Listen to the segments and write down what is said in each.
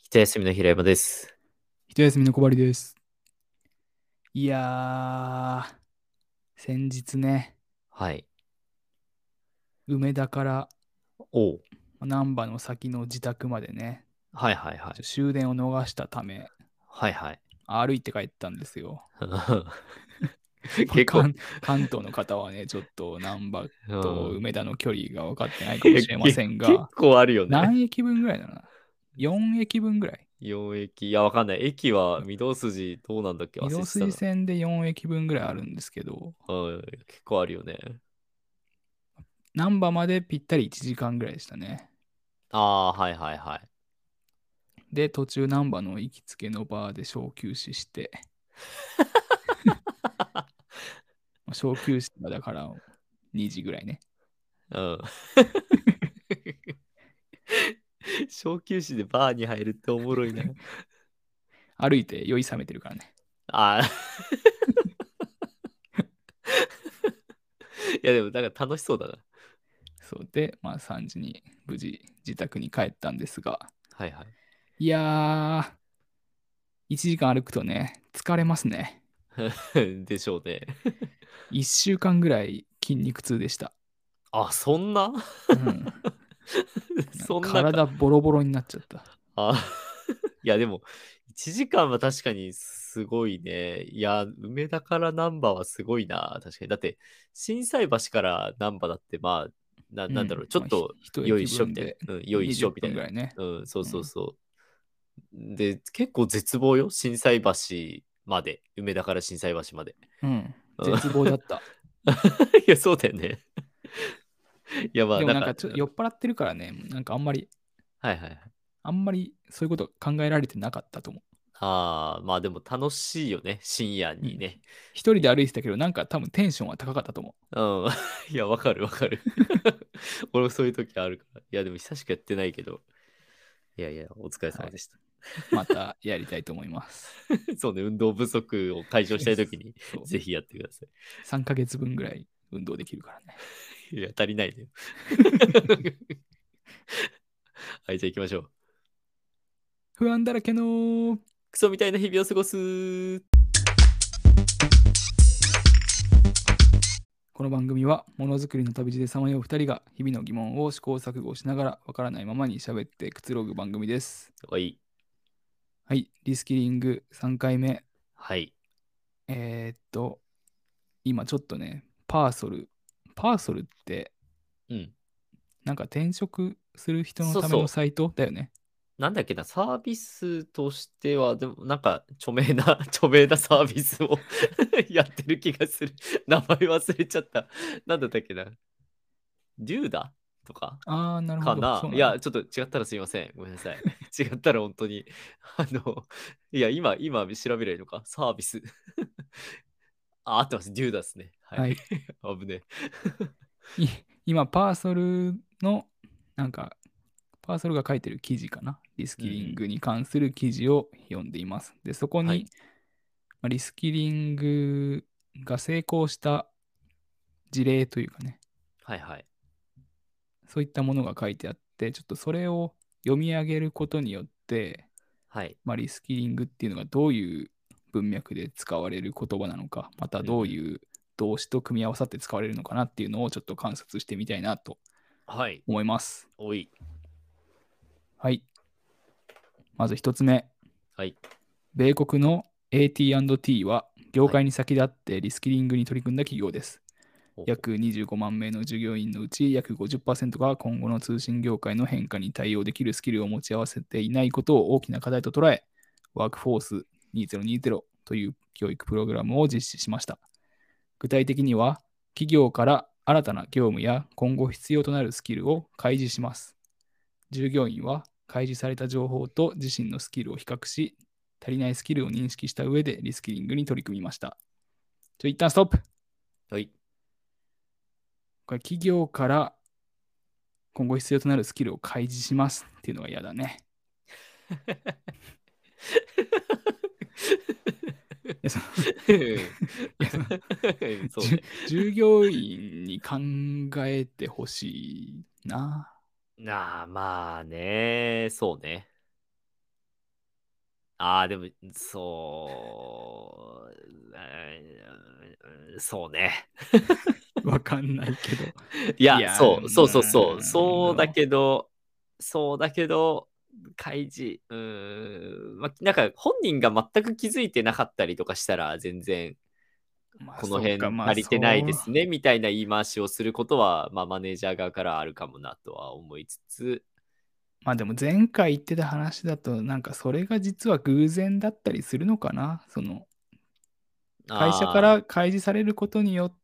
一休みの平山です。 一休みの小針です。いや先日ね、 はい。 梅田からおう。 難波の先の自宅までね、 はいはいはい。 終電を逃したため、 はいはい。 歩いて帰ったんですよ。まあ、 結構、 関東の方はね、ちょっと難波うん。 と梅田の距離が分かってないかもしれません結が、 構あるよね。 何駅分ぐらいだろうな。4駅分ぐらい。 4駅。いや、わかんない。駅は御堂筋どうなんだっけ忘御堂れてたな。 筋線で4駅分ぐらいあるんですけど、 うん。結構あるよね。 難波までぴったり1時間ぐらいでしたね。 ああ、はいはいはい。 で、途中難波の行きつけのバーで小休止して、小休止がだから2時ぐらいね。 うん。小休止でバーに入るっておもろいな。 歩いて酔い冷めてるからね。 ああ。いや、でも、なんか楽しそうだな。 そうで、まあ3時に無事自宅に帰ったんですが、 はいはい。 いや1時間歩くとね、疲れますね。 でしょうね。 1週間ぐらい筋肉痛でした。 あ、そんなうん。 そんなか。 体ボロボロになっちゃった。 あ、いや、でも、1時間は確かにすごいね。いや、梅田から難波はすごいな。確かに。だって、心斎橋から難波だって、まあ、なんだろう、 うん。まあ、 ちょっと、 一駅よいしょみたい分でな。うん、よいし 20 ょみたいな。 分ぐらいね。 うん、そううん。 そうそう。で、結構絶望よ。心斎橋まで。梅田から心斎橋まで。 うん。 うん。 絶望だった。 いや、そうだよね。いや、まあ、なんか、 でもなんかちょっと酔っ払ってるからね、なんかはいはいはい。 あんまりそういうこと考えられてなかったと思ああ、まあでも楽しいよね。深夜う。うん。 にね。 一人で歩いてたけど、なんか多分テンションは高かったと思うん。いや、わかるわかる。俺もそういう時あるから。いや、でも久しくやってないけど。いやいや、お疲れう。はい。 様でした。 またやりたいと思います。 そうね、運動不足を解消したい時に、 そう。 ぜひやってくださ 3ヶ月分ぐらい運動できるからね。 い。いや、足りないね。はい、じゃあ行きましょう。 不安だらけのクソみたいな日々を過ごす。 この番組はものづくりの旅路でさまよう2人が日々の疑問を試行錯誤しながらわからないままに喋ってくつろぐ番組です。 はい。 はい、リスキリング3回目。 はい。 えーっと、今ちょっとね、パーソルってうん。 なんか転職する人のそうそう。 ためのサイトだよね。 なんだっけな、サービスとしては、でもなんか著名な、著名なサービスをやってる気がする。名前忘れちゃった。なんだったっけな。デューダとかあー、なるほど。 かな。いや、 そうなんだ。 ちょっと違ったらすいません。ごめんなさい。違ったら本当に、いや、今調べればいいのか。サービス。あ、合ってます。デューダですね。はい。 はい。 危ねい今、パーソルの、なんか、パーソルが書いてる記事かな。リスえ。うんうキリンん。 グに関する記事を読んでいます。で、そこはい。 に、リスキリングが成功した事例というかね、 はいはい。 そういったものが書いてあって、ちょっとそれを読み上げることによって、 はい。 リスキリングっていうのがどういう文脈で使われる言葉なのか、またうんうん。 どういう動詞と組み合わさって使われるのかなっていうのをちょっと観察してみたいなとはい。 思います。 おい。 はい。まず一つ目。 はい。 米国の AT&T は業はい。 界に先立ってリスキリングに取り組んだ企業です。 ほうほう。 約25万名の従業員のうち約50%が今後の通信業界の変化に対応できるスキルを持ち合わせていないことを大きな課題と捉え、ワークフォース2020という教育プログラムを実施しました。具体的には、企業から新たな業務や今後必要となるスキルを開示します。従業員は開示された情報と自身のスキルを比較し、足りないスキルを認識した上でリスキリングに取り組みました。一旦ストップ。 はい。 これ企業から今後必要となるスキルを開示しますっていうのが嫌だね。いやそのいやそのそうね。 従業員に考えてほしいな。 まあね、そうね。 でも、そうね。 わかんないけど。 いや、 いや、 そう、そうそうそう、そうだけど、開示、なんか本人が全く気づいてなかったりとかしたら、全然、 まあ、 このそっか、 辺まあ、 足りてないそう。 ですね、みたいな言い回しをすることは、まあ、マネージャー側からあるかもなとは思いつつ、 まあでも前回言ってた話だと、なんかそれが実は偶然だったりするのかな。その会社かああ、 ら開示されることによって、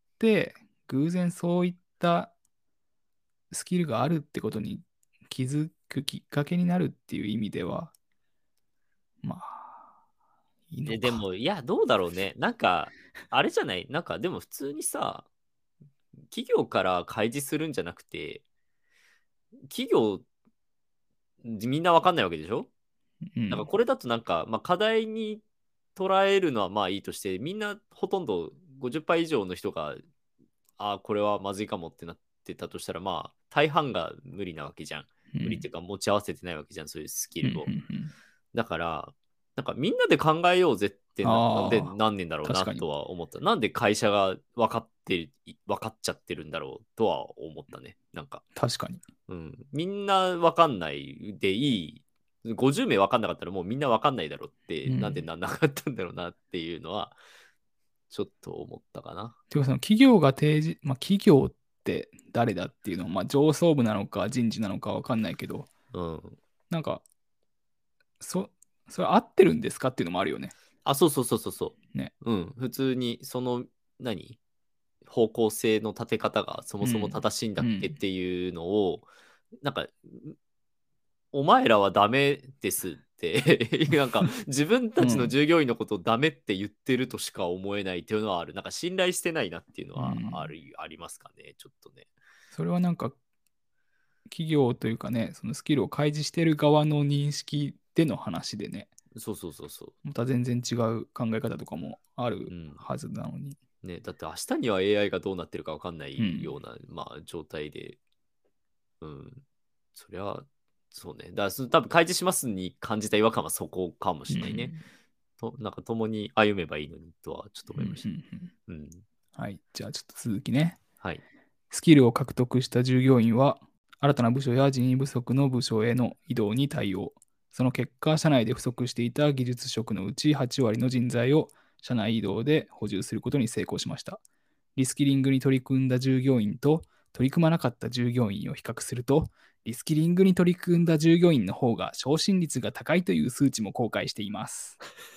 偶然そういったスキルがあるってことに気づくきっかけになるっていう意味では、まあ、いいのか。 でも、いや、どうだろうね。なんか、あれじゃないなんか、でも普通にさ、企業から開示するんじゃなくて、企業、みんなわかんないわけでしょ？なんかうん。 これだとなんか、まあ、課題に捉えるのはまあいいとして、みんなほとんど50%以上の人が、これはまずいかもってなってたとしたら、まあ、大半が無理なわけじゃん。 うん。 無理っていうか、持ち合わせてないわけじゃん、そういうスキうん。うルを。 ん。 だから、なんかみんなで考えようぜってでああ、 なんねんだろうな確かに。 とは思った。なんで会社が分かっちゃってるんだろうとは思ったね。なんか。 確かに。 うん、みんなわかんないでいい。50名わかんなかったらもうみんなわかんないだろうって、なんでうん。 なんなかったんだろうなっていうのは、ちょっと思ったかな。 ていうか、その企業が提示、まあ企業って誰だっていうのは、まあ上層部なのか人事なのかわかんないけど、 うん。 なんか、それ合ってるんですかっていうのもあるよね。 そうそうそうそうそね。 う。うん。普通に、何方向性の立て方がそもそもうん。 正しいんだっけっうん。 ていうのを、なんか、お前らはダメですってなんか自分たちのうん。 従業員のことをダメって言ってるとしか思えないっていうのはある。なんか信頼してないなっていうのうはん。 ありますかね、ちょっとね。 それはなんか、企業というかね、そのスキルを開示してる側の認識での話でね、 そうそうそうそまた全然違う考え方とかもあう。うるん。 はずなのに。 ね、だって明日には AI がどうなってるかわかんなうん。 いような、まあ、状態で、うん。そりゃ、そうね。だから多分開示しますに感じた違和感はそこかもうしれないね。 ん。 なんか共に歩めばいいのにとはちょっとうん。 思いました。 うん。 うん。 はい。じゃあちょっと続きね。 はい。 スキルを獲得した従業員は、新たな部署や人員不足の部署への移動に対応。その結果、社内で不足していた技術職のうち8割の人材を社内移動で補充することに成功しました。リスキリングに取り組んだ従業員と取り組まなかった従業員を比較すると、リスキリングに取り組んだ従業員の方が昇進率が高いという数値も公開しています。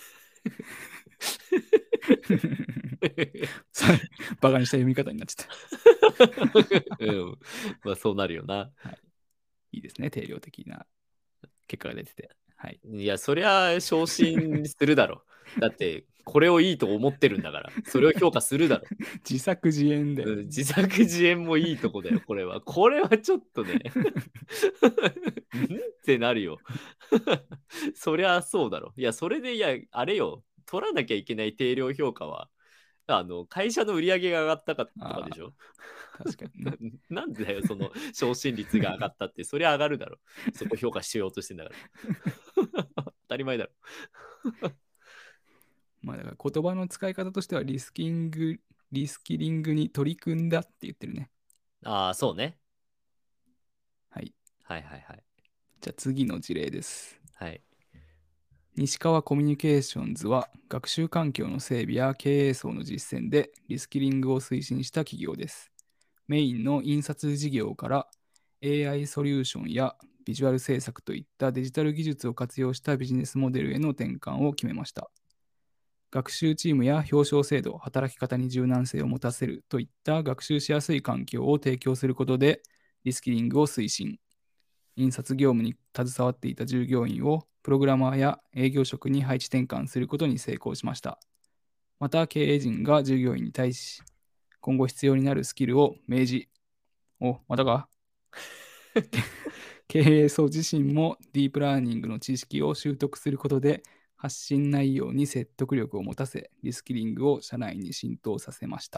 バカにした読み方になっちゃっうん。まあ、そうなるよな。 た。はい。いいですね、定量的な結果が出てて。はい。 いや、そりゃ昇進するだろ。だって、これをいいと思ってるんだから、それを評価するだろ。 自作自演だよ。 うん、自作自演もいいとこだよ、これは。これはちょっとねんってなるよ。そりゃそうだろ。いや、それで、いや、あれよ、取らなきゃいけない定量評価は、会社の売り上げが上がったかとかでああ、 しょ？ 確かにな。 なんでだよ、その昇進率が上がったって、そりゃ上がるだろ。そこ評価しようとしてんだから。当たり前だろ。 まあだから言葉の使い方としてはリスキリングに取り組んだって言ってるね。 そうね。 はい。 はいはいはい。 じゃあ次の事例です。 はい。 西川コミュニケーションズは学習環境の整備や経営層の実践でリスキリングを推進した企業です。メインの印刷事業から AI ソリューションやビジュアル制作といったデジタル技術を活用したビジネスモデルへの転換を決めました。学習チームや表彰制度、働き方に柔軟性を持たせるといった学習しやすい環境を提供することでリスキリングを推進。印刷業務に携わっていた従業員をプログラマーや営業職に配置転換することに成功しました。また、経営陣が従業員に対し、今後必要になるスキルを明示。またか経営層自身もディープラーニングの知識を習得することで、発信内容に説得力を持たせ、リスキリングを社内に浸透させました。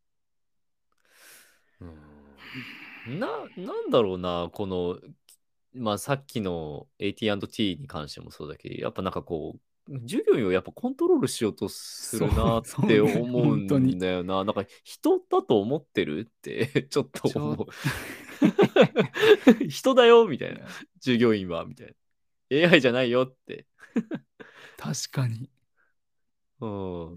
うんなんだろうな、この、 まあさっきの AT&T に関してもそうだけど、やっぱなんかこう、従業員をやっぱコントロールしようとすそう、 るなっそうね、 て思う本当に。 んだよな。なんか人だと思ってるってちょっとちょっと思う。人だよみたいな。 いや、 従業員はみたいな。AI じゃないよって。 確かに、 うん。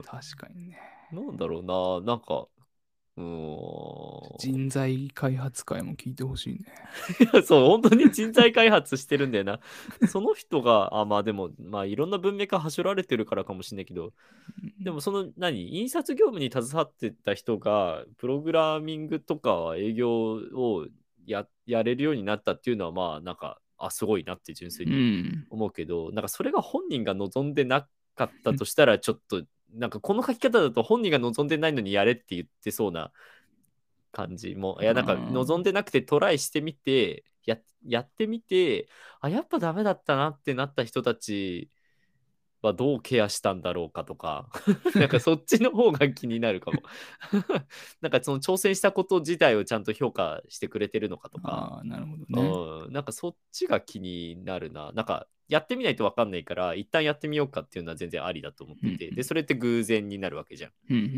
確かにね。 なんだろうな。なんか、うーん。 人材開発会も聞いてほしいね。 いやそう、本当に人材開発してるんだよな。その人が、まあでも、まあいろんな文脈がはしょられてるからかもしれないけど、でもその印刷業務に携わってた人が、プログラミングとか営業をやれるようになったっていうのは、まあなんか、すごいなって純粋うにん。 思うけど、なんかそれが本人が望んでなかったとしたら、ちょっと、なんかこの書き方だと本人が望んでないのにやれって言ってそうな感じも、いや、なんか望んでなくてトライしてみて、やってみて、やっぱダメだったなってなった人たちはどうケアしたんだろうかとか、なんかそっちの方が気になるかも。なんかその挑戦したこと自体をちゃんと評価してくれてるのかとか、 ああ、なるほどね。 なんかそっちが気になるな。なんかやってみないと分かんないから、一旦やってみようかっていうのは全然ありだと思っうん、 てて、で、それって偶然になるわけじゃん。 うん、うん、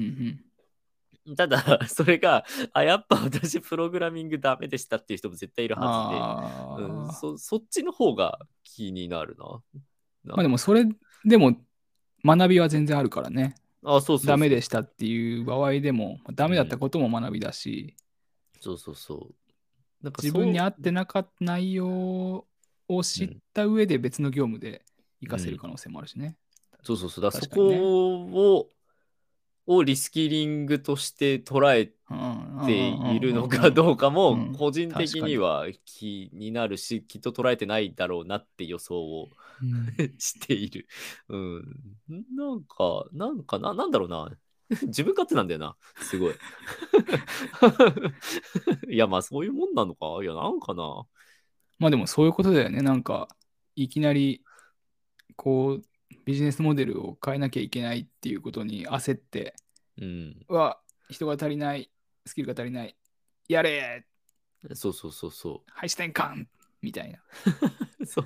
ただ、それが、やっぱ私プログラミングダメでしたっていう人も絶対いるうん。 はずで、 ああ。 そっちの方が気になるな。 まあでも、それでも学びは全然あるからね。 そうそうダメそうそでしたっていう場合でも、ダう。うメだったん。 ことも学びだし、 そうそうそう。なんか自分にそ合ってなかった内容をう、う知っん。 た上で別の業務で活かせるうん。 可能性もあるしね。 そうそうそう。だからそ確かにね。 こをリスキリングとして捉えうんうんているのかうんうんどうかうん。うもん、 個人確かに。 的には気になるし、きっと捉えてないだろうなって予想をうん、 している。うん。なんだろうな。自分勝手なんだよな。すごい。いや、まあそういうもんなのか。いや、なんかな。 まあでもそういうことだよね。なんか、いきなり、こう、ビジネスモデルを変えなきゃいけないっていうことに焦って、 うん。 うわ、人が足りない、スキルが足りない、やれ、 そうそうそうそ配置転換みたいな。 う。そう。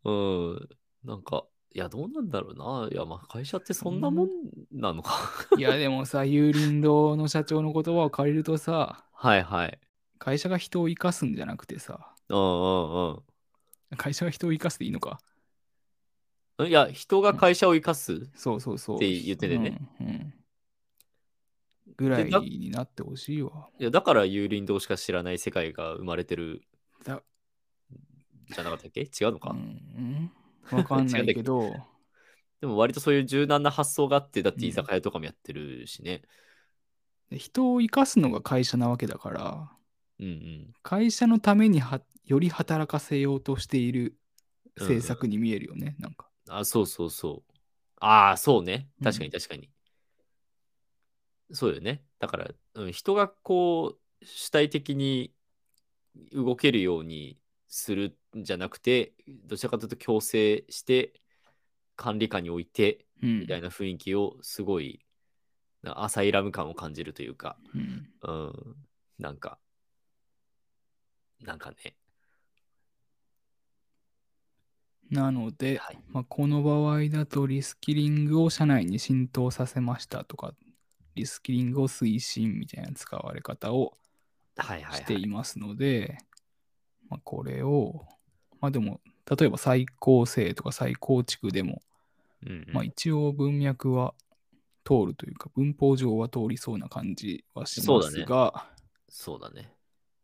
うん。なんか、いや、どうなんだろうな。いや、まあ会社ってそんなもんそんな。 なのか。 いや、でもさ、有林堂の社長の言葉を借りるとさ、 はいはい。 会社が人を生かすんじゃなくてさ、 うんうん会社が人を生かすでいいのか。 うん。いや、人がうん、 会社を生かすっそうそうそう。 て言ってうん、 てね。 うん。ぐらで、 いになってほしいわ。 いやだから有林堂しか知らない世界が生まれてるだ、 じゃなかったっけ違うのうか？ ん、わかんない違うんだっけ？ けど、 でも割とそういう柔軟な発想があって、だって居うん、 酒屋とかもやってるしね。 で人を生かすのが会社なわけだから、 うん会社のためにより働かせようとしているうん。うんうん。 政策に見えるよね、なんか。 そうそうそう。そうね。確かにうん。 確かに。そうよね。だから、人がこう、主体的に動けるようにするんじゃなくて、どちらかというと強制して管理下に置いて、 うん。 みたいな雰囲気をすごい、アサイラム感を感じるというか、 うん。 うん、なんか、なんかね。 なので、 はい。 まあ、この場合だとリスキリングを社内に浸透させましたとか、リスキリングを推進みたいな使われ方をはいはしていはい。 いますので、まあ、これを、まあでも、例えば再構成とか再構築でも、まあ、 うんうん。 一応文脈は通るというか、文法上は通りそうな感じはしまそうだね。 すが、 そうだね。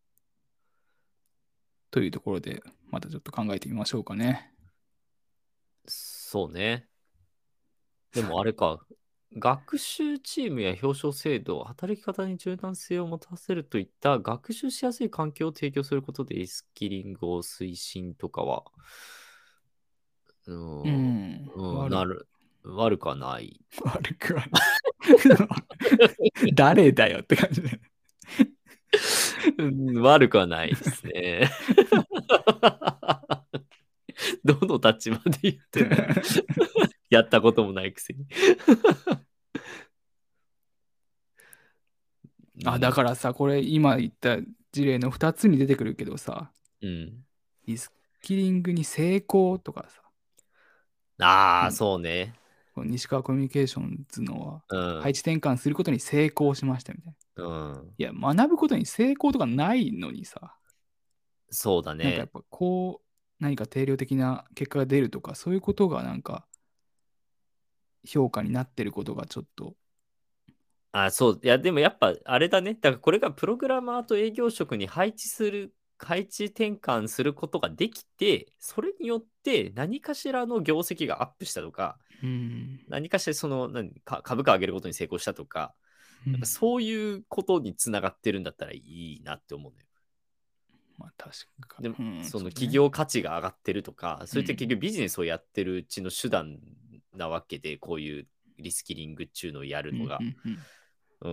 というところで、またちょっと考えてみましょうかね。 そうね。でもあれか、学習チームや表彰制度、働き方に柔軟性を持たせるといった学習しやすい環境を提供することでリスキリングを推進とかは、ううん、 ん、 悪くはない。 悪くはない。誰だよって感じで。 悪くはないですね。どの立場で言ってんだ。やったこともないくせに。うあ、だん。 からさ、これ今言った事例の2つに出てくるけどさ、 うん。 リスキリングに成功とかさ、 ああ、 うん、 そうね。 この西川コミュニケーションズのは、 うん。 配置転換することに成功しましたみたいな。 うん。 いや、学ぶことに成功とかないのにさ、 そうだね。 なんかやっぱこう、何か定量的な結果が出るとか、そういうことがなんか評価になってることがちょっと、 あ、そう。いや、でもやっぱあれだね。だからこれがプログラマーと営業職に配置転換することができて、それによって何かしらの業績がアップしたとか、 うん、 何かしらその株価上げることに成功したとか、なんかうん、 そういうことにつながってるんだったらいいなって思うのよ。 まあ確か、 で、 うん、 そのそうね。 企業価値が上がってるとか、それって結うん、 局ビジネスをやってるうちの手段なわけで、こういうリスキリングっていうのをやるうん、 のが。 うん、うん。 うん。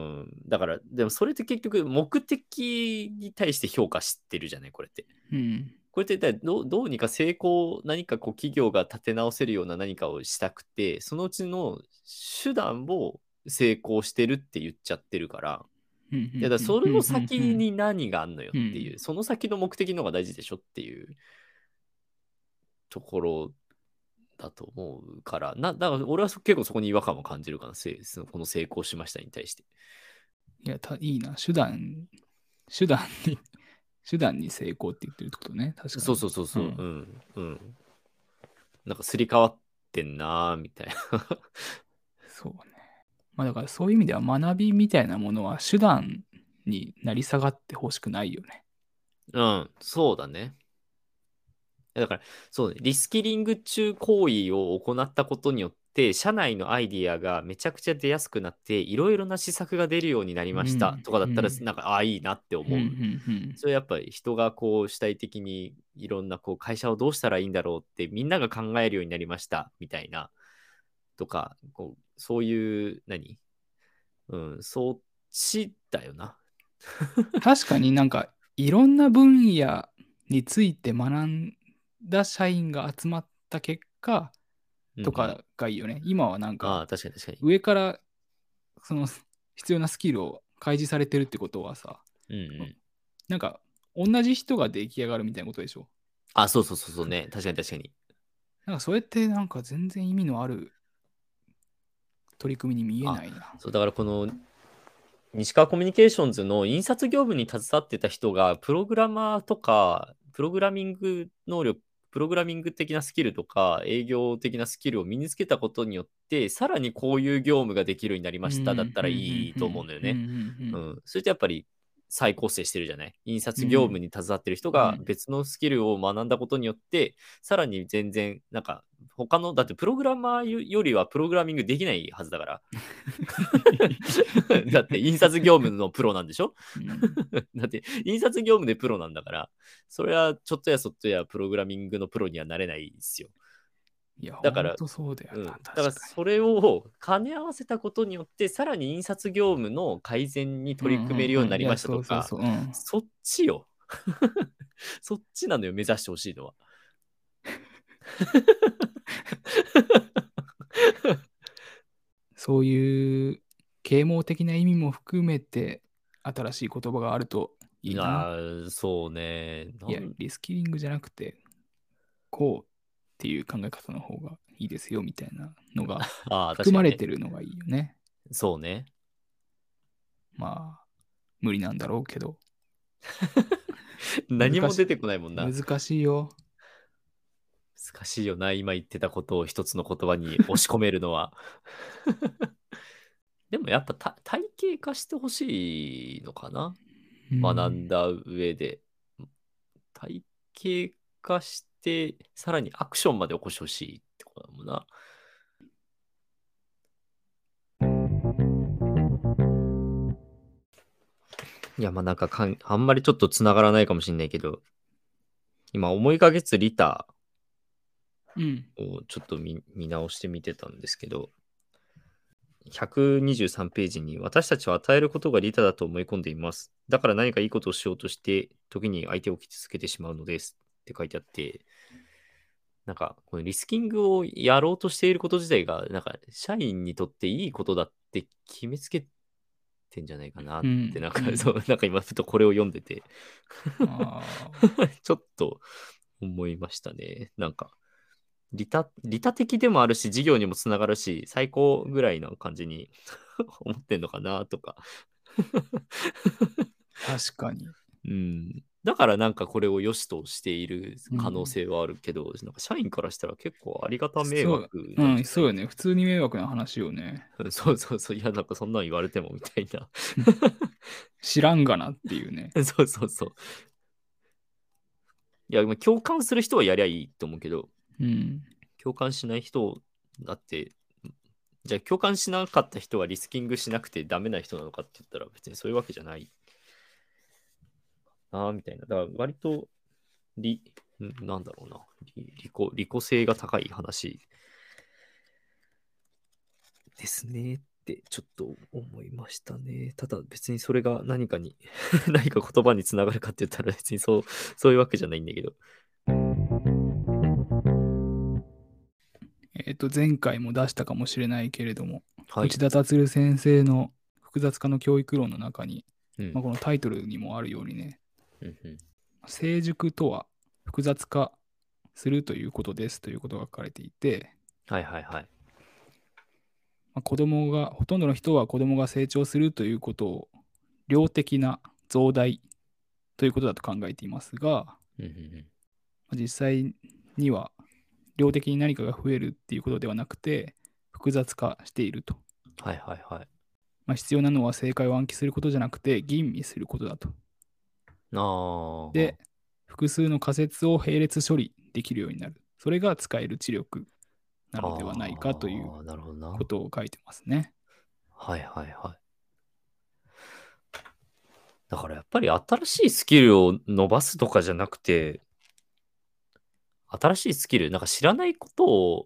だから、でもそれって結局目的に対して評価してるじゃない、これって。 うん、 これってどうにか成功、何かこう企業が立て直せるような何かをしたくて、そのうちの手段を成功してるって言っちゃってるから、 うん、ういやだからん、 それのうん、うん、 先に何があんのようん、うん。 っていう、その先の目的の方が大事でしょっていうところだと思うから、だから俺は結構そこに違和感を感じるかな、この成功しましたに対して。 いや、いいな。手段に、手段に成功って言ってるってことね。確かそうに。 そうそうそう、ううん。 ん、うん。なんかすり替わってんなーみたいな。 そうね。まあだからそういう意味では学びみたいなものは手段になり下がってほしくないよね。 うん、そうだね。だから、そうね、リスキリング中行為を行ったことによって、社内のアイディアがめちゃくちゃ出やすくなって、いろいろな施策が出るようになりましたうん、 とかだったら、 うん、 なんか、ああ、いいなってうん、う思う。 ん、 それやっぱり人がこう主体的にいろんなこう会社をどうしたらいいんだろうってみんなが考えるようになりましたみたいなとか、こうそういううん、そっちだよな。 確かになんかいろんな分野について学んだ社員が集まった結果うんうん。 とかがいいよね。今はなんかああ、確かに確かに。 上からその必要なスキルを開示されてるってことはさ、 うんうん。 なんか同じ人が出来上がるみたいなことでしょ。 あ、そうそうそうそうね。確かに確かに。 なんかそれってなんか全然意味のある取り組みに見えあ、 ないな。 そう、だからこの西川コミュニケーションズの印刷業務に携わってた人が、プログラマーとか、プログラミング能力、プログラミング的なスキルとか、営業的なスキルを身につけたことによって、さらにこういう業務ができるようになりまうん、うした、だったらいん、 いと思ううん、うん、 のよね。 うん、 うん。それってやっぱり再構成してるじゃない。印うん、 刷業務に携わってる人うん、 が別のスキルを学んだことによって、さらに全然、なんか、他の、だってプログラマーよりはプログラミングできないはずだから。だって印刷業務のプロなんでしょ。 うん。 だって印刷業務でプロなんだから、それはちょっとやそっとやプログラミングのプロにはなれないですよ。 いや、ほだから、 んとそうだよな、 うん。だから確かそれを兼ね合わせたことによって、さらに印刷業務の改善にに。うん、 取り組めるうん、うん。いや、 ようになりましたとか、 そうそうそう。うん。 そっちよ。そっちなのよ、目指してほしいのは。 そういう啓蒙的な意味も含めて、新しい言葉があるといいな。 ああ、そうね。 いや、リスキリングじゃなくて、こうっていう考え方の方がいいですよみたいなのがああ、確含まれかにね。 てるのがいいよね。 そうね。 まあ、無理なんだろうけど、 何難しも出てこないもんな。 難しいよ。 難しいよな、今言ってたことを一つの言葉に押し込めるのは。でもやっぱ体系化してほしいのかな。 うん。 学んだ上で。体系化して、さらにアクションまで起こしてほしいってことだもんな。いや、まあなんかあんまりちょっとつながらないかもしれないけど、今思いがけずリタうん。 ーをちょっと見直してみてたんですけど、123ページに私たちは与えることが利他だと思い込んでいます。だから何かいいことをしようとして、時に相手を傷つけてしまうのですって書いてあって、なんかこのリスキングをやろうとしていること自体が、なんか社員にとっていいことだって決めつけてんじゃないかなって、 うん。 なんかそう、 うん。 なんか今ふとこれを読んでてああ。 ちょっと思いましたね。なんか、利他的でもあるし、事業にもつながるし、最高ぐらいの感じに思ってんのかなとか。 確かに。 うん。だからなんかこれを良しとしている可能うん、 性はあるけど、なんか社員からしたら結構ありがた迷そう、 惑うん、 なんじゃない。 そうよね。普通に迷惑な話よね。 そうそうそう。いや、なんかそんなん言われてもみたいな。 知らんがなっていうね。 そうそうそう。いや、まあ共感する人はやりゃいいと思うけど、 うん。 共感しない人だって、じゃあ共感しなかった人はリスキングしなくてダメな人なのかって言ったら別にそういうわけじゃないなみたいな。だから割となんだろうな。利己性が高い話ですねってちょっと思いましたね。ただ別にそれが何かに何か言葉につながるかって言ったら別にそういうわけじゃないんだけど。 前回も出したかもしれないけれども、 はい。 内田達先生の複雑化の教育論の中に、 うん。 まあ、このタイトルにもあるようにね、 うんうん。 成熟とは複雑化するということですということが書かれていて、 はいはいはい。 まあ、ほとんどの人は子供が成長するということを量的な増大ということだと考えていますが、 うんうん実際には量的に何かが増えるっていうことではなくて、複雑化していると。 うん。はいはいはい。 まあ、必要なのは正解を暗記することじゃなくて、吟味することだと。 ああ。 で、複数の仮説を並列処理できるようになる。それが使える知力なのではないかというああ、なるほどな。 ことを書いてますね。 はいはいはい。だからやっぱり新しいスキルを伸ばすとかじゃなくて、新しいスキル、なんか知らないことを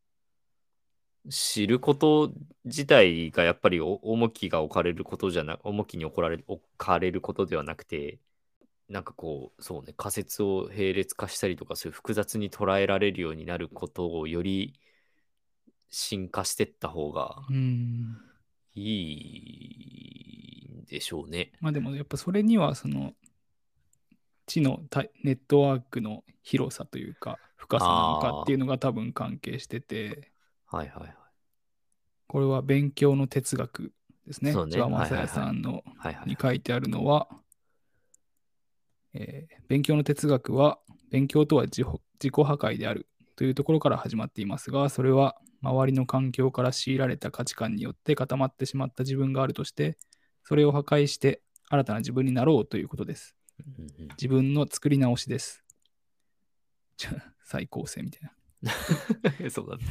知ること自体がやっぱり重きが置かれることじゃな、重きに置かれることではなくて、なんかこう、そうね、仮説を並列化したりとか、そういう複雑に捉えられるようになることをより進化していった方がうん。 いいんでしょうね。 まあでもやっぱそれにはその知のネットワークの広さというか深さなのかっていうあのが多分関係してて、 あ、はいはいはい。 これは勉強の哲学ですね。 そうね。 千葉雅也はいはいはい。 さんのはいはいはい。 に書いてあるのは、勉強の哲学は勉強とは自己破壊であるというところから始まっていますが、それは周りの環境から強いられた価値観によって固まってしまった自分があるとして、それを破壊して新たな自分になろうということです。 うんうん、 自分の作り直しです。再構成みたいな。 そうだね。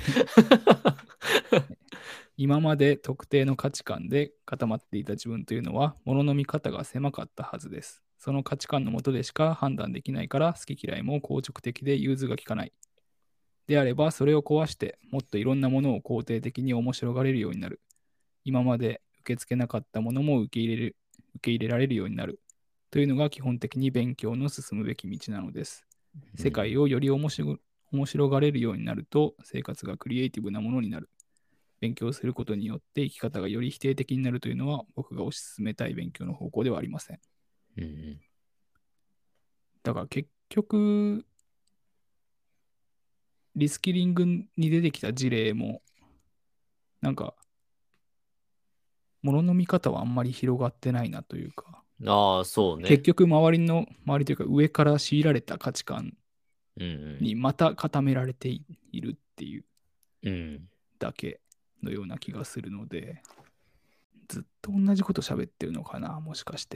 今まで特定の価値観で固まっていた自分というのは、物の見方が狭かったはずです。その価値観のもとでしか判断できないから、好き嫌いも硬直的で融通が利かない。であれば、それを壊して、もっといろんなものを肯定的に面白がれるようになる。今まで受け付けなかったものも受け入れられるようになる。というのが基本的に勉強の進むべき道なのです。世界をより面白がれるようになると、生活がクリエイティブなものになる。勉強することによって生き方がより否定的になるというのは、僕が推し進めたい勉強の方向ではありません。 うんうん、 だから結局、リスキリングに出てきた事例も、なんか、ものの見方はあんまり広がってないなというか、 ああ、そうね。 結局周りというか上から強いられた価値観うんにまた固められているっていううん。うん。 だけのような気がするので、ずっと同じこと喋ってるのかな、もしかして。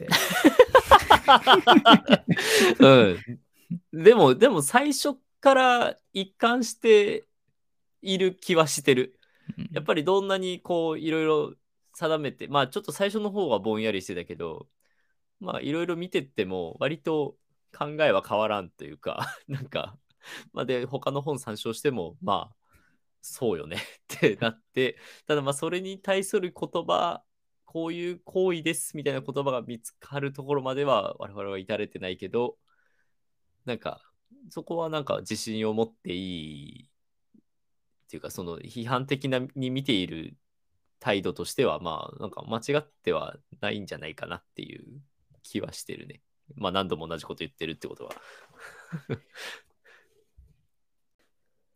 うん。でも最初から一貫している気はしてる。やっぱりどんなにこういろいろ定めて、まあちょっと最初の方はぼんやりしてたけど、まあいろいろ見てっても割と考えは変わらんというか、なんか、まあで他の本参照しても、まあそうよねってなって、ただまあそれに対する言葉、こういう行為ですみたいな言葉が見つかるところまでは我々は至れてないけど、なんかそこはなんか自信を持っていいっていうか、その批判的なに見ている態度としては、まあなんか間違ってはないんじゃないかなっていう気はしてるね。まあ何度も同じこと言ってるってことは。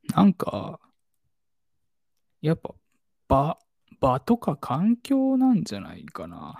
なんか、やっぱ場とか環境なんじゃないかな。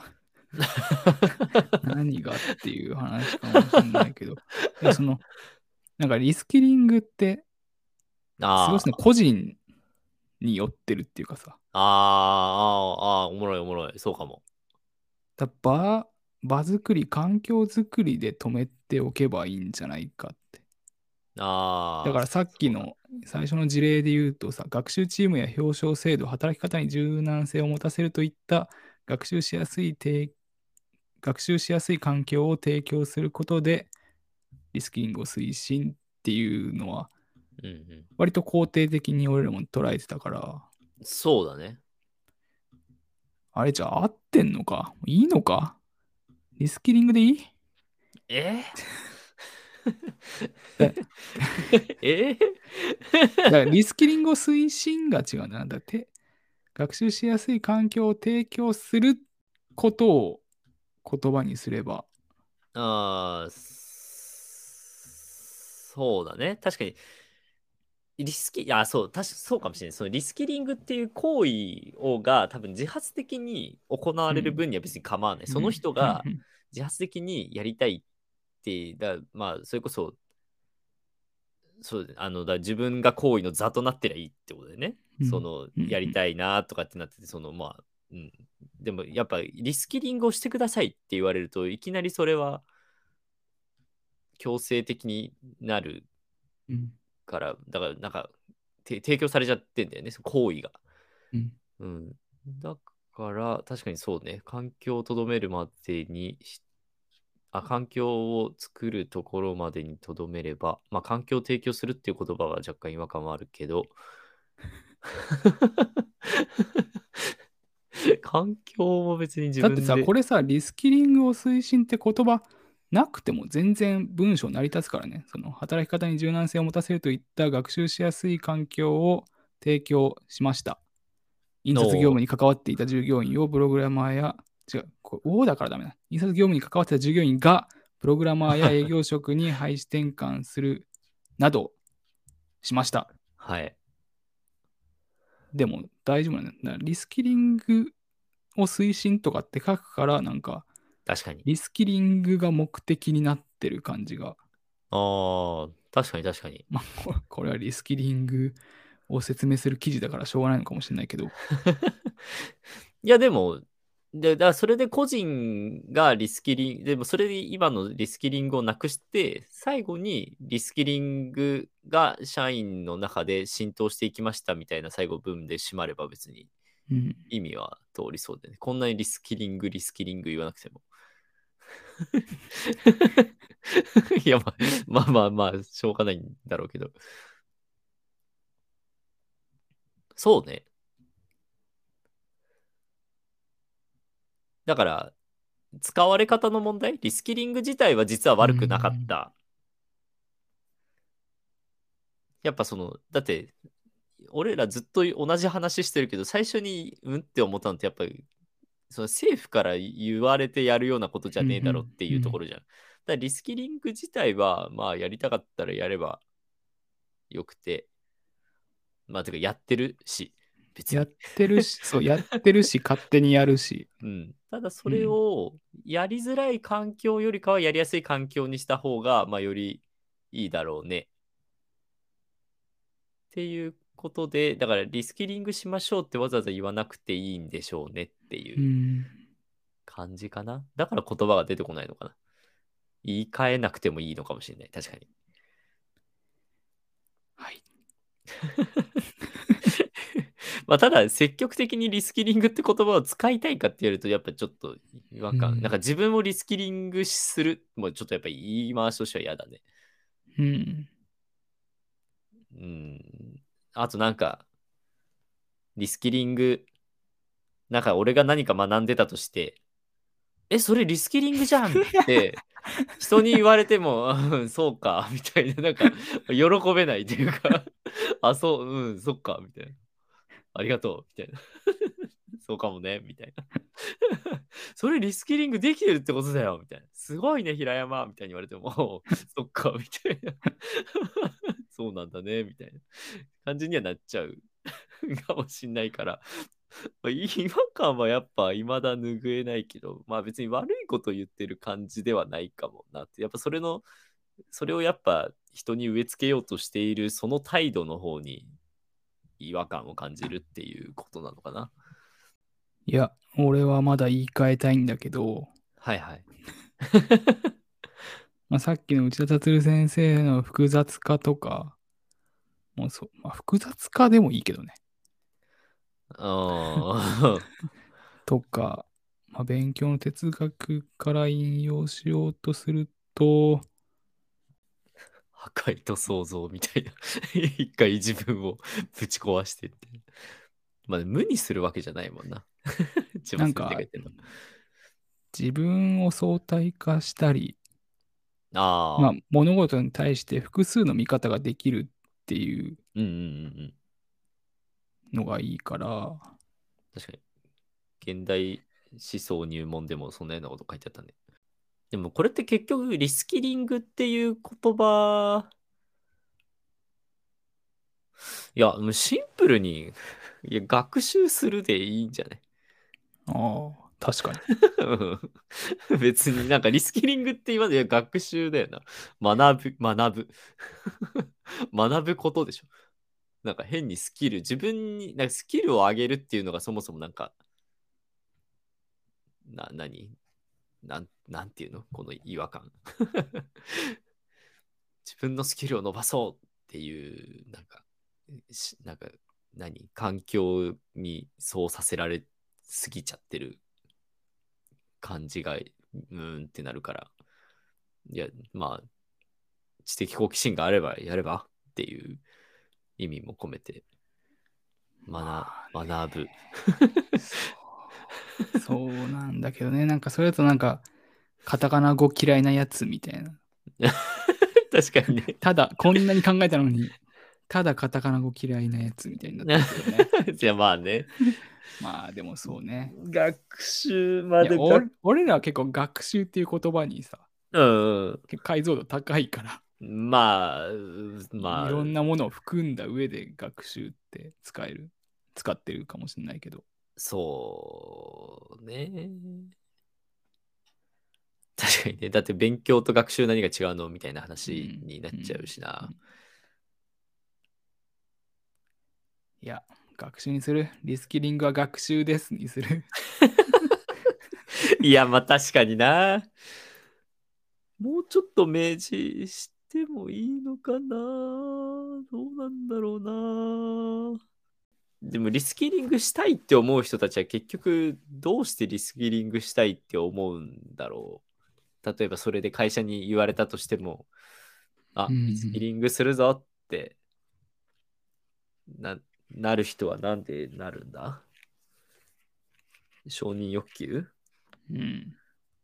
何がっていう話かもしれないけど。いや、なんかリスキリングって、すごいああ、 個人によってるっていうかさ、 おもろいおもろい。そうかも。 だ場作り、環境作りで止めておけばいいんじゃないかって。だああ、 からさっきそうだ。 の最初の事例で言うとさ、学習チームや表彰制度、働き方に柔軟性を持たせるといった学習しやすい学習しやすい環境を提供することで、リスキリングを推進っていうのは、 うんうん。 割と肯定的に俺らも捉えてたから、 そうだね。 あれじゃあ合ってんのかいいのかリスキリングでいいえだえだからリスキリングを推進が違うんだな。だって学習しやすい環境を提供することを言葉にすれば、 ああ、そうだね。確かに、そうかもしれない。そのリスキリングっていう行為が多分自発的に行われるうん。 分には別に構わない。そのうん。 人がうん。 自発的にやりたいって、まあ、それこそ、自分が行為の座となってりゃいいってことでね。 うん。うん。 やりたいなとかってなってて、まあ、うん。でも、やっぱ、リスキリングをしてくださいって言われると、いきなりそれは強制的になるうん。 から、だから、提供されちゃってんだよね、その行為が。 うん。 うん。だから、確かにそうね、環境をとどめるまでに環境を作るところまでにとどめれば、まあ、環境を提供するっていう言葉は若干違和感はあるけど、環境も別に自だってさ、 分で、 これさ、リスキリングを推進って言葉なくても全然文章成り立つからね。働き方に柔軟性を持たせるといった学習しやすい環境を提供しました。印刷業の、 務に関わっていた従業員をプログラマーや、違う、これ O だからダメだ。印刷業務に関わっていた従業員がプログラマーや営業職に配置転換するなどしました。 はい、 でも大丈夫なんだ。リスキリングを推進とかって書くから、なんか、 確かに。 リスキリングが目的になってる感じが。 ああ、確かに確かに。 まあ、これはリスキリングを説明する記事だからしょうがないのかもしれないけど。 いや、でも、それで個人がリスキリング、でもそれで今のリスキリングをなくして、最後にリスキリングが社員の中で浸透していきましたみたいな最後文で締まれば別にうん。 意味は通りそうでね。こんなにリスキリング言わなくても。いや、まあ、しょうがないんだろうけど。そうね。だから、使われ方の問題リスキリング自体は実はう悪くなかっん。 た。やっぱだって、俺らずっと同じ話してるけど、最初にうんって思ったのって、やっぱり、その政府から言われてやるようなことじゃうん。 ねえだろってうん。 いうところじゃん。だからリスキリング自体は、まあ、やりたかったらやればよくて、まあ、てか、やってるし、別に。 やってるし、そう、やってるし、勝手にやるし。 うん。ただ、それうん。 をやりづらい環境よりかはやりやすい環境にした方が、まあ、よりいいだろうね。っていうことで、だからリスキリングしましょうってわざわざ言わなくていいんでしょうねってういうん。 感じかな。だから言葉が出てこないのかな。言い換えなくてもいいのかもしれない。確かに。 はい。 まあ、ただ、積極的にリスキリングって言葉を使いたいかって言われると、やっぱちょっと違和感。なんうん。 か自分をリスキリングするもうちょっとやっぱり言い回しとしては嫌だね。 うん。 うん。あとなんか、リスキリング、なんか俺が何か学んでたとして、それリスキリングじゃんって人に言われても、うんそうか、みたいな、なんか、喜べないというか、そう、そっか、みたいな。ありがとう、みたいな。そうかもね、みたいな。それリスキリングできてるってことだよ、みたいな。すごいね、平山、みたいに言われても、そっか、みたいな。 そうなんだね、みたいな感じにはなっちゃうかもしんないから、違和感はやっぱ未だ拭えないけど、まあ別に悪いこと言ってる感じではないかもなって、やっぱそれをやっぱ人に植え付けようとしているその態度の方に違和感を感じるっていうことなのかな。 いや、俺はまだ言い換えたいんだけど、 はいはい。 まあ、さっきの内田達先生の複雑化とか、もうそう、まあ、複雑化でもいいけどね。 あーとか、まあ、勉強の哲学から引用しようとすると、 破壊と創造みたいな一回自分をぶち壊してって。まあ無にするわけじゃないもんな。千葉先生がなんか言ってんの。 自分を相対化したり、まあ、 ああ、 物事に対して複数の見方ができるっていううんうんうんうん。 のがいいから、 確かに。現代思想入門でもそんなようなこと書いてあったね。でもこれって結局リスキリングっていう言葉、いや、もうシンプルに、いや、学習するでいいんじゃない？ ああ、確かに。 別になんかリスキリングって言わない学習だよな。学ぶ。学ぶことでしょ。なんか変にスキル、自分に、なんかスキルを上げるっていうのがそもそもなんか、何なんていうのこの違和感。自分のスキルを伸ばそうっていう、なんか、環境にそうさせられすぎちゃってる感じが、ってなるから。いや、まあ、知的好奇心があればやればっていう意味も込めて、学ぶ。 そうなんだけどね。なんかそれだとなんか、カタカナ語嫌いなやつみたいな。 確かにね。 ただ、こんなに考えたのに、ただカタカナ語嫌いなやつみたいになってるけどね。 じゃあまあね。 まあでもそうね。 学習いや、 まで俺らは結構学習っていう言葉にさ、 うん。 結構解像度高いから、 まあ、まあ、 いろんなものを含んだ上で学習って使ってるかもしれないけど。 そうね。確かにね。だって勉強と学習何が違うのみたいなうん。 話になっうん。 ちゃうしな。 うん。いや、学習にする。リスキリングは学習ですにする。 いや、まあ確かにな。もうちょっと明示してもいいのかな。どうなんだろうな。でもリスキリングしたいって思う人たちは結局どうしてリスキリングしたいって思うんだろう。例えばそれで会社に言われたとしても、 うリスキん。 リングするぞってな、なる人はなんでなるんだ？承認欲求？ うん。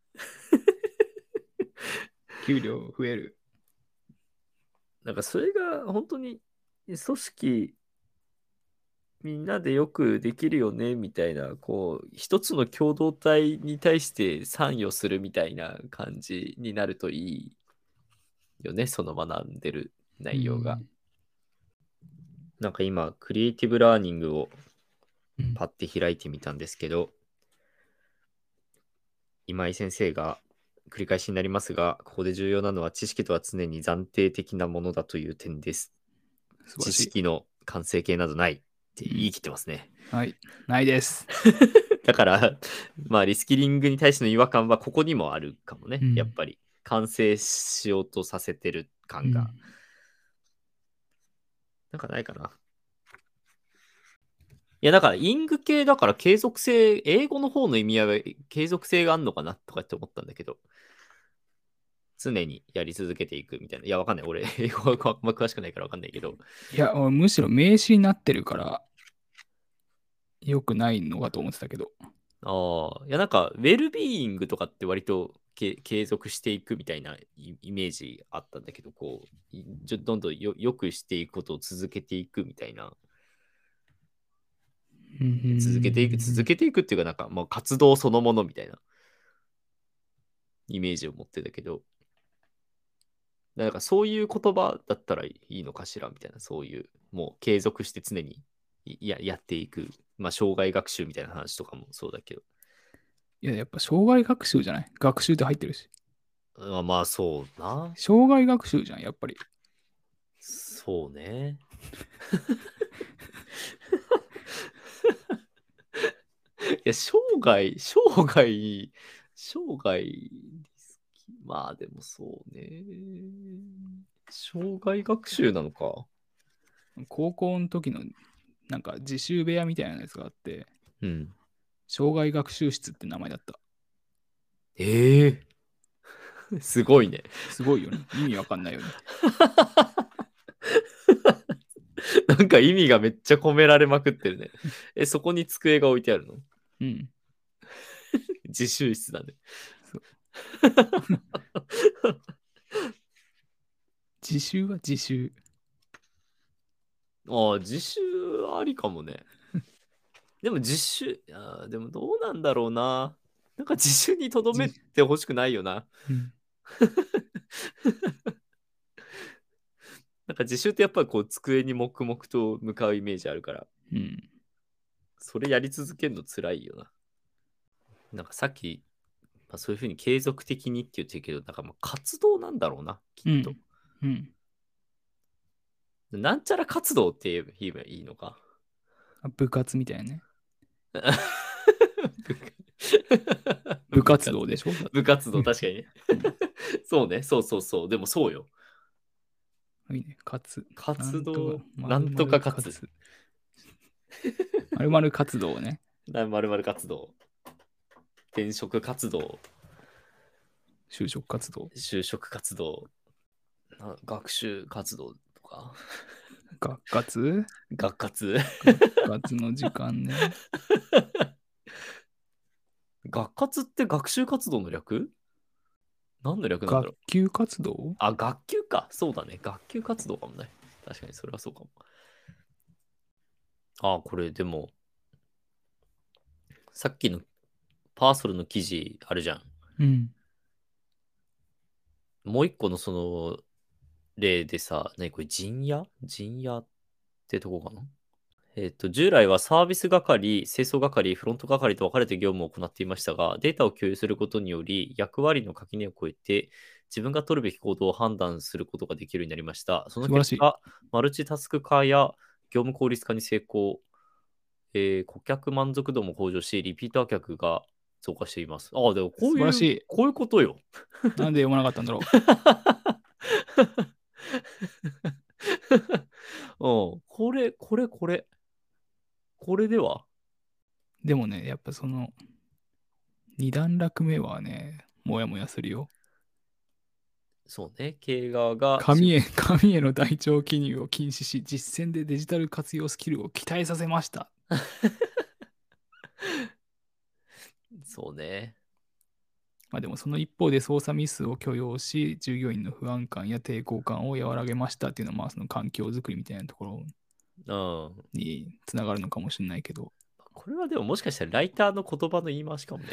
給料増える。 なんかそれが本当に組織みんなでよくできるよねみたいな、こう、一つの共同体に対して参与するみたいな感じになるといいよね、その学んでるう内容が。 ん。 なんか今、クリエイティブラーニングをうん。 パッて開いてみたんですけど、今井先生が繰り返しになりますが、ここで重要なのは知識とは常に暫定的なものだという点です。知素晴らしい。 識の完成形などないってうん。 言い切ってますね。 はい。ないです。 だから、まあ、リスキリングに対しての違和感はここにもあるかもね。やっうん。 ぱり、完成しようとさせてる感が。 うん。 なんかないかな。いや、だから、イング系だから継続性、英語の方の意味合いは継続性があるのかなとかって思ったんだけど、常にやり続けていくみたいな。いや、わかんない。俺、英語はあんま詳しくないからわかんないけど。 いや、俺むしろ名詞になってるから良くないのかと思ってたけど。 ああ、いや、なんか、ウェルビーイングとかって割と継続していくみたいなイメージあったんだけど、こう、どんどん良くしていくことを続けていくみたいな。 うん。 続けていくっていうか、なんか、もう活動そのものみたいなイメージを持ってたけど、 なんかそういう言葉だったらいいのかしらみたいな、そういう、もう継続して常にやっていく、まあ、障害学習みたいな話とかもそうだけど、 いや、やっぱ障害学習じゃない？学習って入ってるし。 まあそうな。 障害学習じゃん、やっぱり。 そうね。いや、生涯リスキまあでもそうね。障害学習なのか。 高校の時のなんか自習部屋みたいなやつがあって、 うん。 障害学習室って名前だった。 ええすごいね。 すごいよね。意味わかんないよね。 なんか意味がめっちゃ込められまくってるね。そこに机が置いてあるの？ うん。 自習室だね。 そう。自習は自習。 ああ、自習ありかもね。でもでもどうなんだろうな。なんか自習にとどめ自てほしくないよな。 うん。 なんか自習ってやっぱりこう机に黙々と向かうイメージあるから、 うん。 それやり続けるの辛いよな。なんかさっき、まあ、そういうふうに継続的にって言ってるけど、なんかもう活動なんだろうな、きっと。 うん。うん。 なんちゃら活動って言えばいいのか。 部活みたいなね。部部活活動でしょだって。 部活動、 うん。 確かにね。 うん。 そうね、そうそうそう。でもそうよ。 いいね。活。なんとか、 活動、 まるなんとまるか活。 活。まるまる活動ね。 まるまる活動。転職活動。 就職活動。 就職活動。学習活動とか。 学活学活。 学活の時間ね。 学活って学習活動の略？何の略なんだろう？ 学級活動。 あ、学級か。そうだね。学級活動かもね。確かにそれはそうかも。あ、これでも、さっきのパーソルの記事あるじゃん。 うん。 もう一個のその例でさ、何これ陣屋ってとこかな。従来はサービス係、清掃係、フロント係と分かれて業務を行っていましたが、データを共有することにより、役割の垣根を越えて、自分が取るべき行動を判断することができるようになりました。その素晴らしい。 結果、マルチタスク化や業務効率化に成功、顧客満足度も向上し、リピーター客が増加しています。ああ、でも素晴らしい。 こういうことよ。 なんで読まなかったんだろうん、これでは？ う。でもね、やっぱその二段落目はね、もやもやするよ。 そうね、経営側が紙への台帳記入を禁止し、実践でデジタル活用スキルを期待させました。 そうね。 まあでもその一方で操作ミスを許容し、従業員の不安感や抵抗感を和らげましたっていうのは、まあその環境づくりみたいなところうん。 につながるのかもしれないけど。 これはでももしかしたらライターの言葉の言い回しかもね。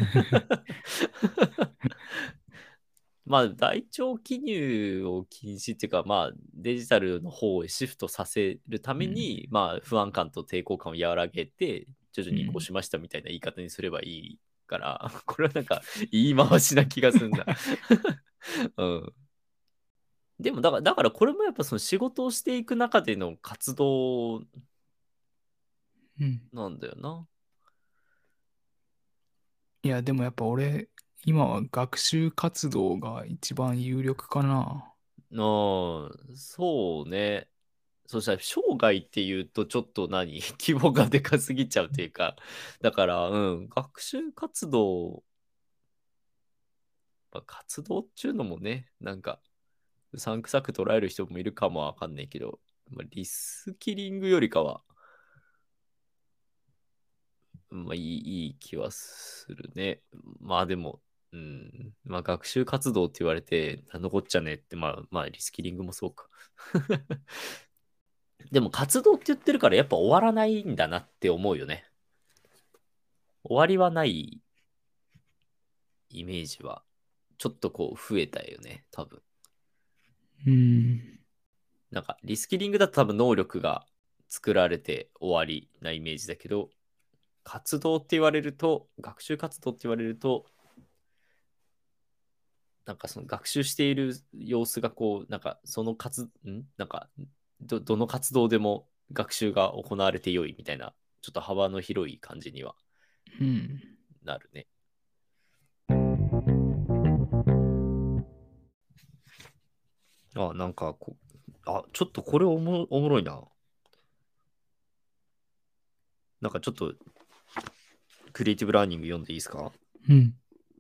まあ、台帳記入を禁止っていうか、まあ、デジタルの方へシフトさせるたうん。 めに、まあ、不安感と抵抗感を和らげて、徐々に移行うん。 しましたみたいな言い方にすればいいから、これはなんか言い回しな気がするんだ。うん。でもだからこれもやっぱその仕事をしていく中での活動うん。 なんだよな。 いや、でもやっぱ俺、今は学習活動が一番有力かな。 そうね。そしたら、生涯っていうと、ちょっと規模がでかすぎちゃうというか、だから、うん、学習活動、まあ、活動っていうのもね、なんか、うさんくさく捉える人もいるかもわかんないけど、まあ、リスキリングよりかは、まあ、いい気はするね。まあでも、うん、まあ学習活動って言われて、なんのこっちゃねって、まあリスキリングもそうか。でも活動って言ってるからやっぱ終わらないんだなって思うよね。終わりはないイメージは、ちょっとこう増えたよね、多分。 うん。 なんかリスキリングだと多分能力が作られて終わりなイメージだけど、活動って言われると、学習活動って言われると、なんかその学習している様子がこう、なんかそのなんかどの活動でも学習が行われてよいみたいな、ちょっと幅の広い感じにはうん。 なるね。あ、なんかちょっとこれおもろいな。なんかちょっとクリエイティブラーニング読んでいいですか？ うん。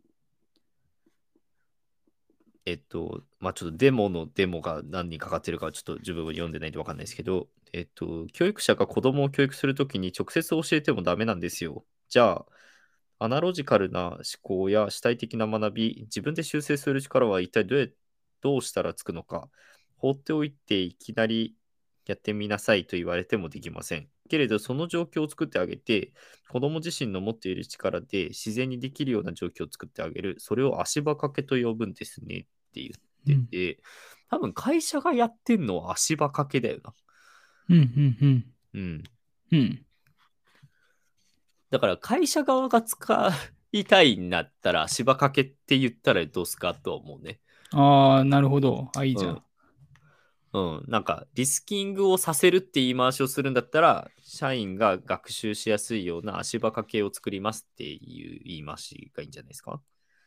まあちょっとデモのデモが何人かかってるかはちょっと自分は読んでないんでわかんないですけど、教育者が子供を教育するときに直接教えてもダメなんですよ。じゃあ、アナロジカルな思考や主体的な学び、自分で修正する力は一体どうしたらつくのか。放っておいていきなりやってみなさいと言われてもできません。けれど、その状況を作ってあげて、子供自身の持っている力で自然にできるような状況を作ってあげる。それを足場掛けと呼ぶんですねって言ってて、多分会社がやってんのは足場掛けだよな。 うん。うん。うん。 うん。 うん。 だから会社側が使いたいんだったら足場掛けって言ったらどうすかとは思うね。 ああ、なるほど。あ、いいじゃん。 うん。うん。なんかリスキングをさせるって言い回しをするんだったら、社員が学習しやすいような足場掛けを作りますっていう言い回しがいいんじゃないですか？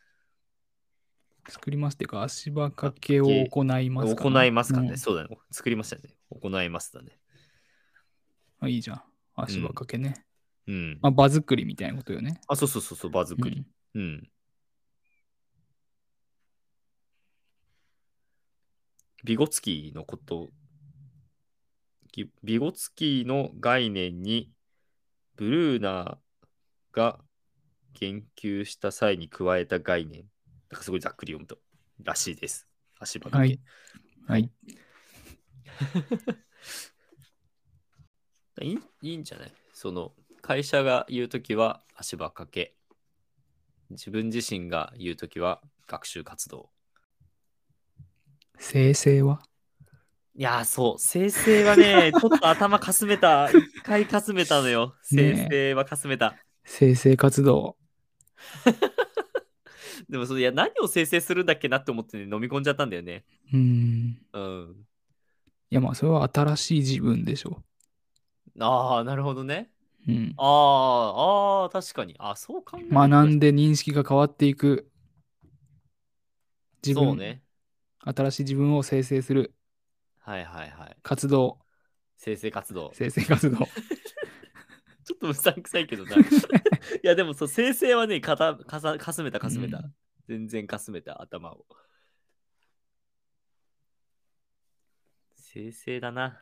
作りますっていうか、足場掛あ、 けを行いますか行いな。 ますかね。 うん。 そうだね。作りましたね。行いますだね。 あ、いいじゃん。足場うん。 掛けね。 うん。 まあ、場作りみたいなことよね。 あ、そうそうそうそう、場作り。 うん。 うん。ビゴツキーのこと、ビゴツキーの概念にブルーナーが言及した際に加えた概念。なんかすごいざっくり読むと、らしいです。足場掛け。 はい。はい。 いいんじゃない？その、会社が言うときは足場掛け。自分自身が言うときは学習活動。 生成はいやー、そう。生成はね、ちょっと頭かすめた。一回かすめたのよ。生ねえ、 成はかすめた。 生成活動。 でもいや、何を生成するんだっけなって思って、ね、飲み込んじゃったんだよね。 うん。 うん。 いや、まあ、それは新しい自分でしょああ、なるほどね。 う。うん。 確かに。あ、そう考えると、 学んで認識が変わっていく自分、 そうね。 新しい自分を生成するはいはいはい。 活動、 生成活動。 生成活動。 ちょっとうさんくさいけどな。いや、でもそう、生成はね、かすめた、かすめた。 うん。 全然かすめた、頭を。生成だな。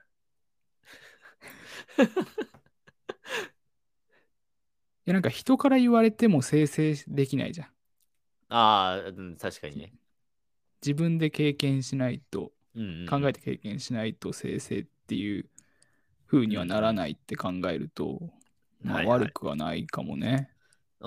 いや、なんか人から言われても生成できないじゃん。 ああ、うん、確かにね。 自分で経験しないと、 うんうん考えて経験しないと生成っていう風にはならうんないって考えると、 うん。 まあはいはい。 悪くはないかもね。 うん、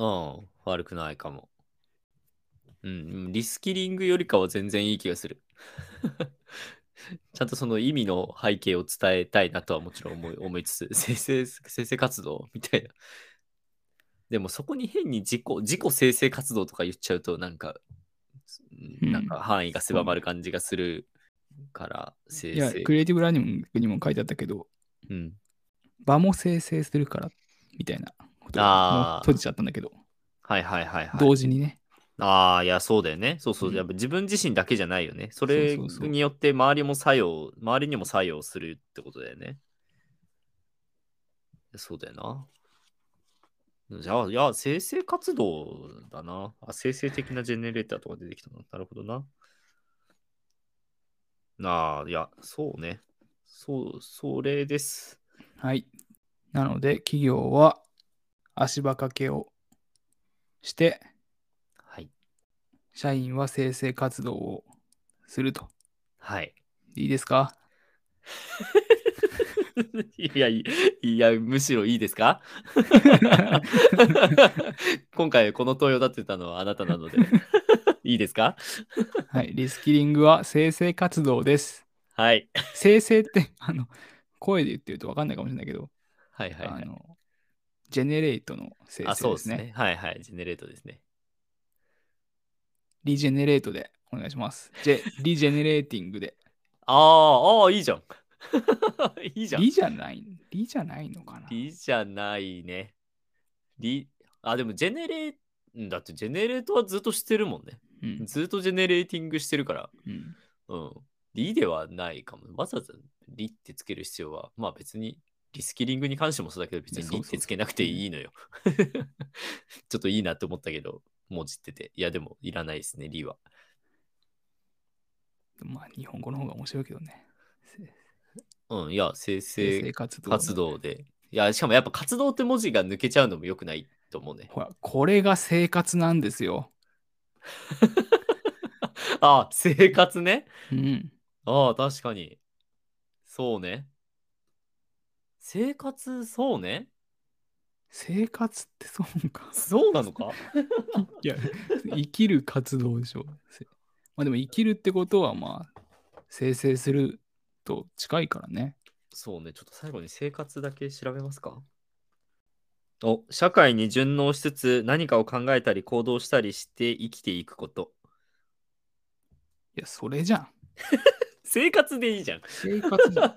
悪くないかも。うん、リスキリングよりかは全然いい気がする。ちゃんとその意味の背景を伝えたいなとはもちろん思いつつ、生成活動みたいな。でもそこに変に自己生成活動とか言っちゃうと、なんか範囲が狭まる感じがするから、 いや、クリエイティブラーニングにも書いてあったけど、 うん。 場も生成するからみたいなことがもう閉じあちゃったんだけど、 あ、はいはいはいはい。 同時にね。 ああ、いや、そうだよね。そうそう。やっうん、 ぱ自分自身だけじゃないよね。そそうれそうそう。 によって周りにも作用するってことだよね。そうだよな。じゃあ、いや、生成活動だな。生成的なジェネレーターとか出てきたな。なるほどな。いや、そうね。それです。 はい。なので、企業は足場掛けをして、 はい。 社員は生成活動をすると。 はい。 いいですか？ いや、むしろいいですか？今回この問いを立てたのはあなたなので。 いいですか？ はい。リスキリングは生成活動です。 はい。 生成って、声で言ってると分かんないかもしれないけど、 はいはいはい。 ジェネレートの生あ、 成ですね。 そうですね。はいはい。ジェネレートですね。 リジェネレートでお願いします。リジェネレーティングで。 いいじゃん。いいじゃん。 リじゃないのかな。 リじゃないね。リ、でもだってジェネレートはずっとしてるもんね。 うん。 ずっとジェネレーティングしてるから。 うん。 うん。リではないかも。わざわざリってつける必要は、まあ別に、リスキリングに関してもそうだけど、別にリってつけなくていいのよ。ちょっといいなって思ったけど、文字ってて。いや、でも、いらないですね、リは。 まあ、日本語の方が面白いけどね。 うん、いや、生成生成活動活で。 動で。いや、しかもやっぱ活動って文字が抜けちゃうのも良くないと思うね。 ほら、これが生活なんですよ。 生活ね。 うん。 確かに。そうね。生活、そうね。 生活ってそうか。 そうなのか？ いや、生きる活動でしょ。まあでも生きるってことはまあ、生成すると近いからね。 そうね。ちょっと最後に生活だけ調べますか？社会に順応しつつ何かを考えたり行動したりして生きていくこと。 いや、それじゃん。 生活でいいじゃん。 生活じゃん。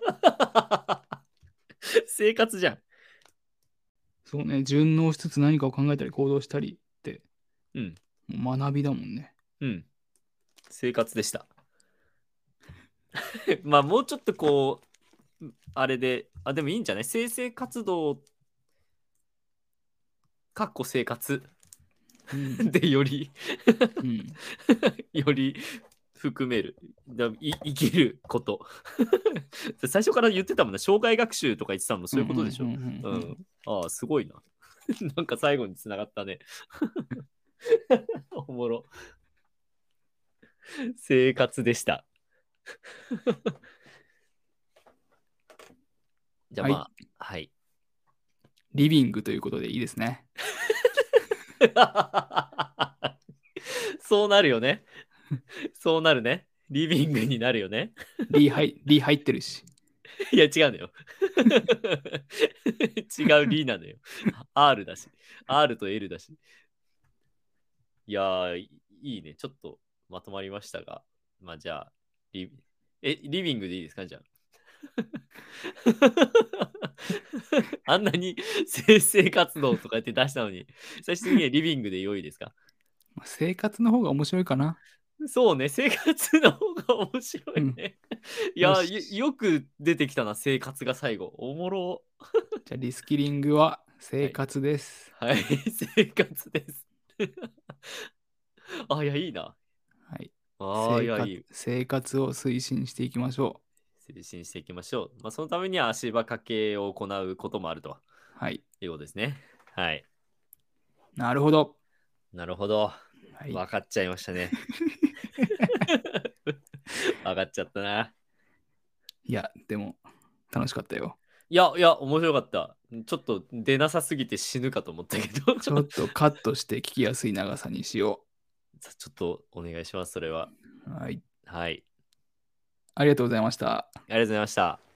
生活じゃん。 そうね、順応しつつ何かを考えたり行動したりって、 うん。 もう学びだもんね。 うん。生活でした。まあもうちょっとあれで、でもいいんじゃない？生成活動、かっこ生活うん。 でよりうん。 より含める。生きること。最初から言ってたもんね。障害学習とか言ってたのもそういうことでしょ。うん。すごいな。なんか最後につながったね。おもろ。生活でした。じゃあはい。 まあ、はい。 リビングということでいいですね。 そうなるよね。そうなるね。リビングになるよね。 リ入ってるし。 いや、違うのよ。違うリなのよ。R だし。R と L だし。いやー、いいね。ちょっとまとまりましたが。まあじゃあ、リビングでいいですか？じゃあ。あんなに生成活動とかやって出したのに、最終的にはリビングで良いですか？ まあ生活の方が面白いかな。 そうね、生活の方が面白うん。 いね。いよや、 し。 よく出てきたな、生活が最後。おもろ。 じゃあリスキリングは生はい。 活です。 はい、生活です。いや、いいな。 はい。 いや、いい。 生活を推進していきましょ推進していきましょう。まあ、そのためには足場掛けを行うこともあるとう。はい。 いうことですね。はい。 なるほど。 なるほど。 はい。 分かっちゃいましたね。分かっちゃったな。 いや、でも楽しかったよ。 いや、面白かった。ちょっと出なさすぎて死ぬかと思ったけど。 ちょっとカットして聞きやすい長さにしよちょっとお願いします、それは。 う。はい。 はい。 ありがとうございました。 ありがとうございました。